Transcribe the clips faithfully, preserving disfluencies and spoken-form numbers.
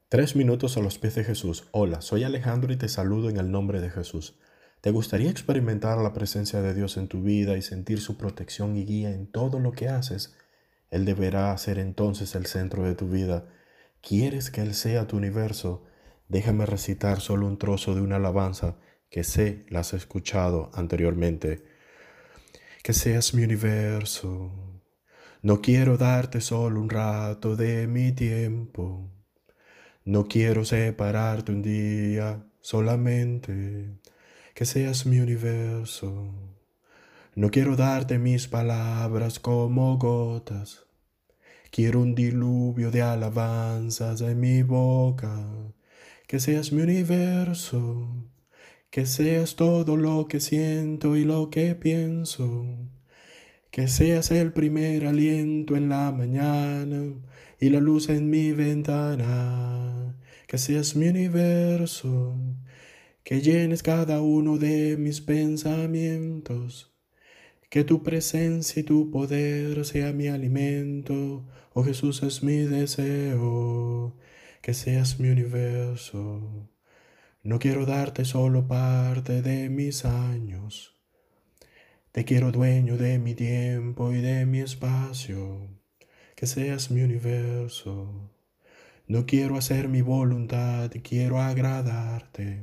Tres minutos a los pies de Jesús. Hola, soy Alejandro y te saludo en el nombre de Jesús. ¿Te gustaría experimentar la presencia de Dios en tu vida y sentir su protección y guía en todo lo que haces? Él deberá ser entonces el centro de tu vida. ¿Quieres que Él sea tu universo? Déjame recitar solo un trozo de una alabanza que sé la has escuchado anteriormente. Que seas mi universo. No quiero darte solo un rato de mi tiempo. No quiero separarte un día solamente, que seas mi universo. No quiero darte mis palabras como gotas. Quiero un diluvio de alabanzas en mi boca. Que seas mi universo. Que seas todo lo que siento y lo que pienso. Que seas el primer aliento en la mañana y la luz en mi ventana. Que seas mi universo, que llenes cada uno de mis pensamientos. Que tu presencia y tu poder sea mi alimento. Oh Jesús, es mi deseo. Que seas mi universo. No quiero darte solo parte de mis años. Te quiero dueño de mi tiempo y de mi espacio, que seas mi universo. No quiero hacer mi voluntad, quiero agradarte.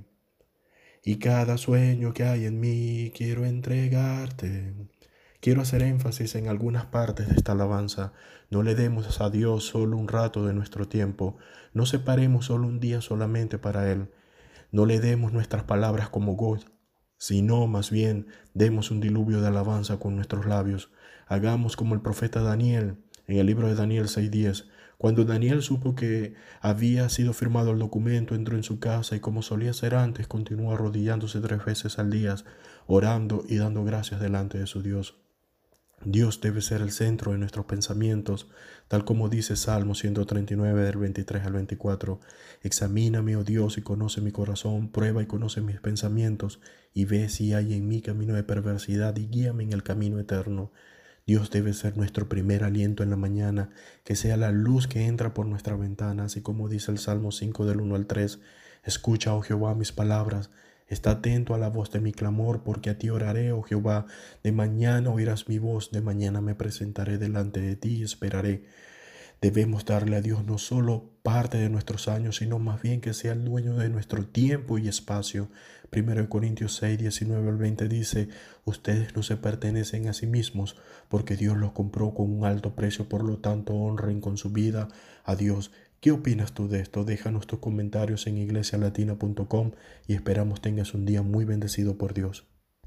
Y cada sueño que hay en mí quiero entregarte. Quiero hacer énfasis en algunas partes de esta alabanza. No le demos a Dios solo un rato de nuestro tiempo. No separemos solo un día solamente para Él. No le demos nuestras palabras como gotas, sino más bien demos un diluvio de alabanza con nuestros labios. Hagamos como el profeta Daniel en el libro de Daniel seis diez. Cuando Daniel supo que había sido firmado el documento, entró en su casa y, como solía hacer antes, continuó arrodillándose tres veces al día, orando y dando gracias delante de su Dios. Dios debe ser el centro de nuestros pensamientos, tal como dice Salmo ciento treinta y nueve del veintitrés al veinticuatro. Examíname, oh Dios, y conoce mi corazón, prueba y conoce mis pensamientos, y ve si hay en mí camino de perversidad, y guíame en el camino eterno. Dios debe ser nuestro primer aliento en la mañana, que sea la luz que entra por nuestra ventana, así como dice el Salmo cinco del uno al tres. Escucha, oh Jehová, mis palabras. Está atento a la voz de mi clamor, porque a ti oraré, oh Jehová. De mañana oirás mi voz, de mañana me presentaré delante de ti y esperaré. Debemos darle a Dios no solo parte de nuestros años, sino más bien que sea el dueño de nuestro tiempo y espacio. Primero de Corintios seis, diecinueve al veinte dice: ustedes no se pertenecen a sí mismos, porque Dios los compró con un alto precio, por lo tanto honren con su vida a Dios. ¿Qué opinas tú de esto? Déjanos tus comentarios en iglesia latina punto com y esperamos tengas un día muy bendecido por Dios.